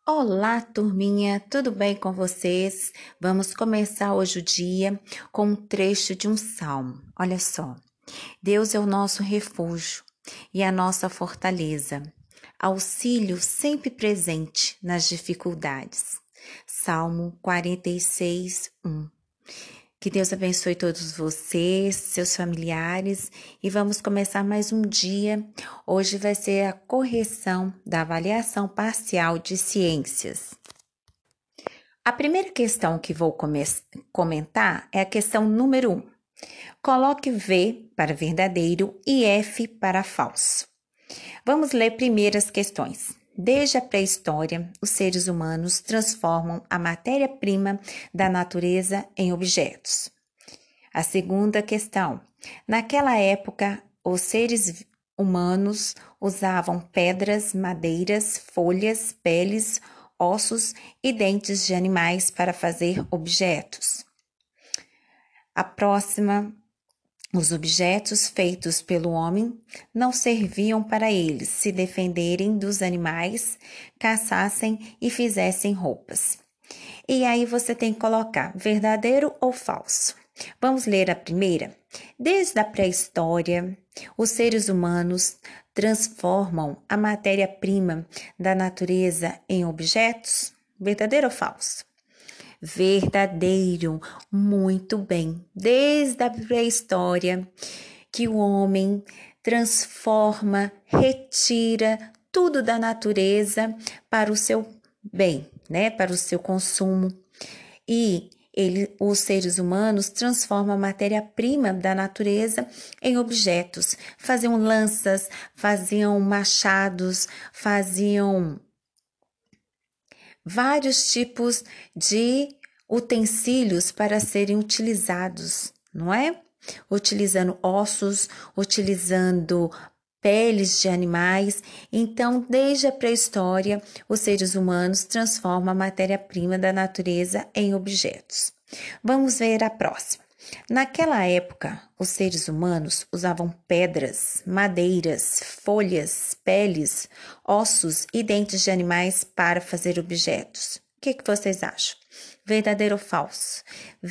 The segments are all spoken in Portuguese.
Olá, turminha, tudo bem com vocês? Vamos começar hoje o dia com um trecho de um salmo. Olha só. Deus é o nosso refúgio e a nossa fortaleza, auxílio sempre presente nas dificuldades. Salmo 46, 1. Que Deus abençoe todos vocês, seus familiares, e vamos começar mais um dia. Hoje vai ser a correção da avaliação parcial de ciências. A primeira questão que vou comentar é a questão número 1. Coloque V para verdadeiro e F para falso. Vamos ler primeiro as questões. Desde a pré-história, os seres humanos transformam a matéria-prima da natureza em objetos. A segunda questão. Naquela época, os seres humanos usavam pedras, madeiras, folhas, peles, ossos e dentes de animais para fazer objetos. A próxima. Os objetos feitos pelo homem não serviam para eles se defenderem dos animais, caçassem e fizessem roupas. E aí você tem que colocar verdadeiro ou falso. Vamos ler a primeira? Desde a pré-história, os seres humanos transformam a matéria-prima da natureza em objetos? Verdadeiro ou falso? Verdadeiro, muito bem. Desde a pré-história que o homem transforma, retira tudo da natureza para o seu bem, né? Para o seu consumo. E os seres humanos transformam a matéria-prima da natureza em objetos. Faziam lanças, faziam machados, faziam vários tipos de utensílios para serem utilizados, não é? Utilizando ossos, utilizando peles de animais. Então, desde a pré-história, os seres humanos transformam a matéria-prima da natureza em objetos. Vamos ver a próxima. Naquela época, os seres humanos usavam pedras, madeiras, folhas, peles, ossos e dentes de animais para fazer objetos. O que vocês acham? Verdadeiro ou falso?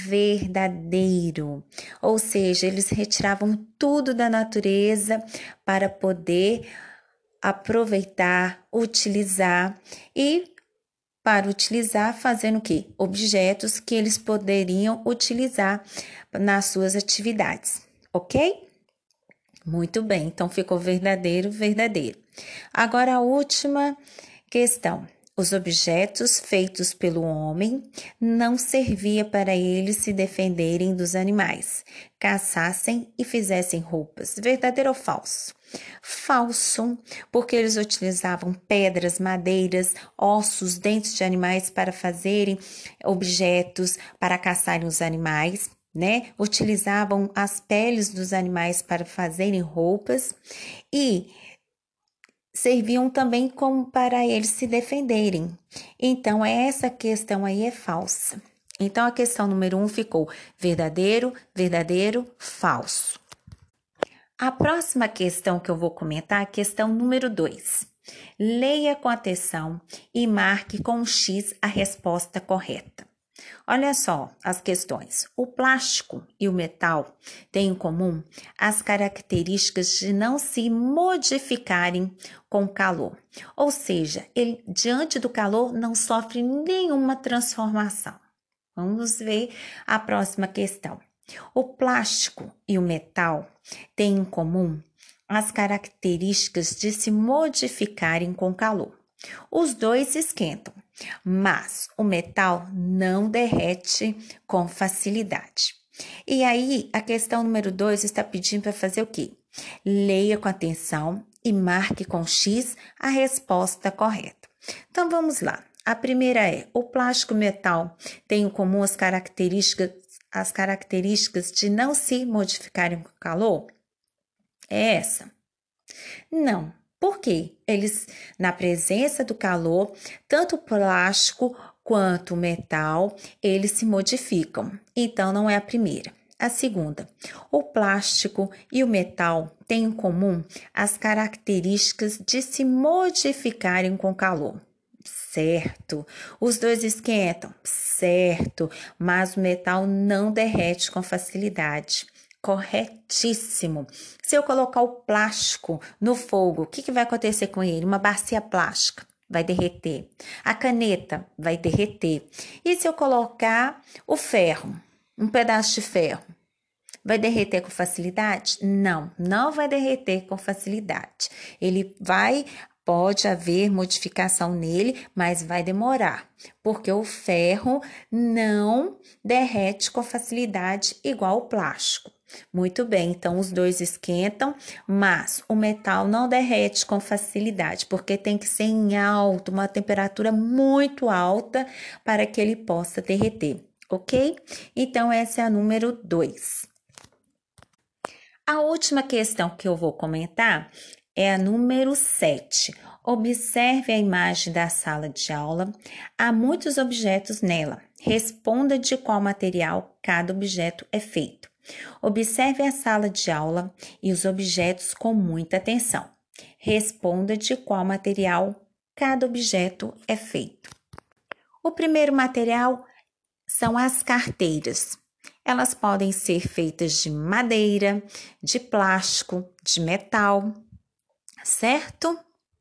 Verdadeiro. Ou seja, eles retiravam tudo da natureza para poder aproveitar, utilizar e para utilizar fazendo o quê? Objetos que eles poderiam utilizar nas suas atividades, ok? Muito bem, então ficou verdadeiro, verdadeiro. Agora a última questão. Os objetos feitos pelo homem não servia para eles se defenderem dos animais, caçassem e fizessem roupas. Verdadeiro ou falso? Falso, porque eles utilizavam pedras, madeiras, ossos, dentes de animais para fazerem objetos, para caçarem os animais, né? Utilizavam as peles dos animais para fazerem roupas e serviam também como para eles se defenderem. Então, essa questão aí é falsa. Então, a questão número 1 ficou verdadeiro, verdadeiro, falso. A próxima questão que eu vou comentar é a questão número 2. Leia com atenção e marque com um X a resposta correta. Olha só as questões. O plástico e o metal têm em comum as características de não se modificarem com calor. Ou seja, ele, diante do calor, não sofre nenhuma transformação. Vamos ver a próxima questão. O plástico e o metal têm em comum as características de se modificarem com calor. Os dois esquentam, mas o metal não derrete com facilidade. E aí, a questão número 2 está pedindo para fazer o quê? Leia com atenção e marque com X a resposta correta. Então, vamos lá. A primeira é: o plástico e o metal têm em comum as características de não se modificarem com calor? É essa? Não. Por quê? Eles, na presença do calor, tanto o plástico quanto o metal, eles se modificam. Então, não é a primeira. A segunda, o plástico e o metal têm em comum as características de se modificarem com calor. Certo. Os dois esquentam? Certo. Mas o metal não derrete com facilidade. Corretíssimo. Se eu colocar o plástico no fogo, o que vai acontecer com ele? Uma bacia plástica vai derreter. A caneta vai derreter. E se eu colocar o ferro, um pedaço de ferro, vai derreter com facilidade? Não, não vai derreter com facilidade. Pode haver modificação nele, mas vai demorar, porque o ferro não derrete com facilidade igual o plástico. Muito bem, então os dois esquentam, mas o metal não derrete com facilidade, porque tem que ser em alto, uma temperatura muito alta para que ele possa derreter, ok? Então, essa é a número 2. A última questão que eu vou comentar é a número 7. Observe a imagem da sala de aula. Há muitos objetos nela. Responda de qual material cada objeto é feito. Observe a sala de aula e os objetos com muita atenção. Responda de qual material cada objeto é feito. O primeiro material são as carteiras. Elas podem ser feitas de madeira, de plástico, de metal, certo?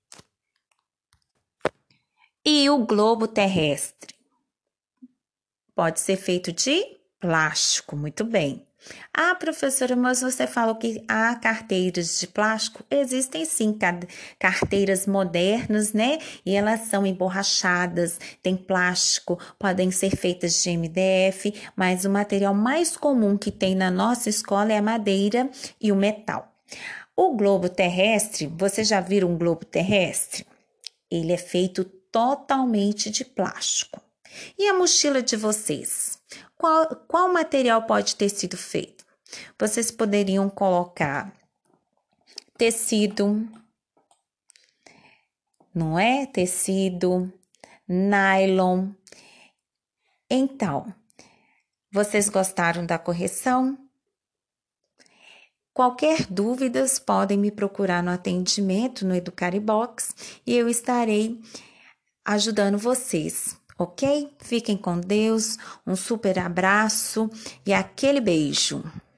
E o globo terrestre pode ser feito de plástico, muito bem. Ah, professora, mas você falou que há carteiras de plástico? Existem sim, carteiras modernas, né? E elas são emborrachadas, tem plástico, podem ser feitas de MDF, mas o material mais comum que tem na nossa escola é a madeira e o metal. O globo terrestre, você já viu um globo terrestre? Ele é feito totalmente de plástico. E a mochila de vocês? Qual material pode ter sido feito? Vocês poderiam colocar tecido, não é? Tecido, nylon. Então, vocês gostaram da correção? Qualquer dúvidas, podem me procurar no atendimento no Educaribox e eu estarei ajudando vocês, ok? Fiquem com Deus, um super abraço e aquele beijo.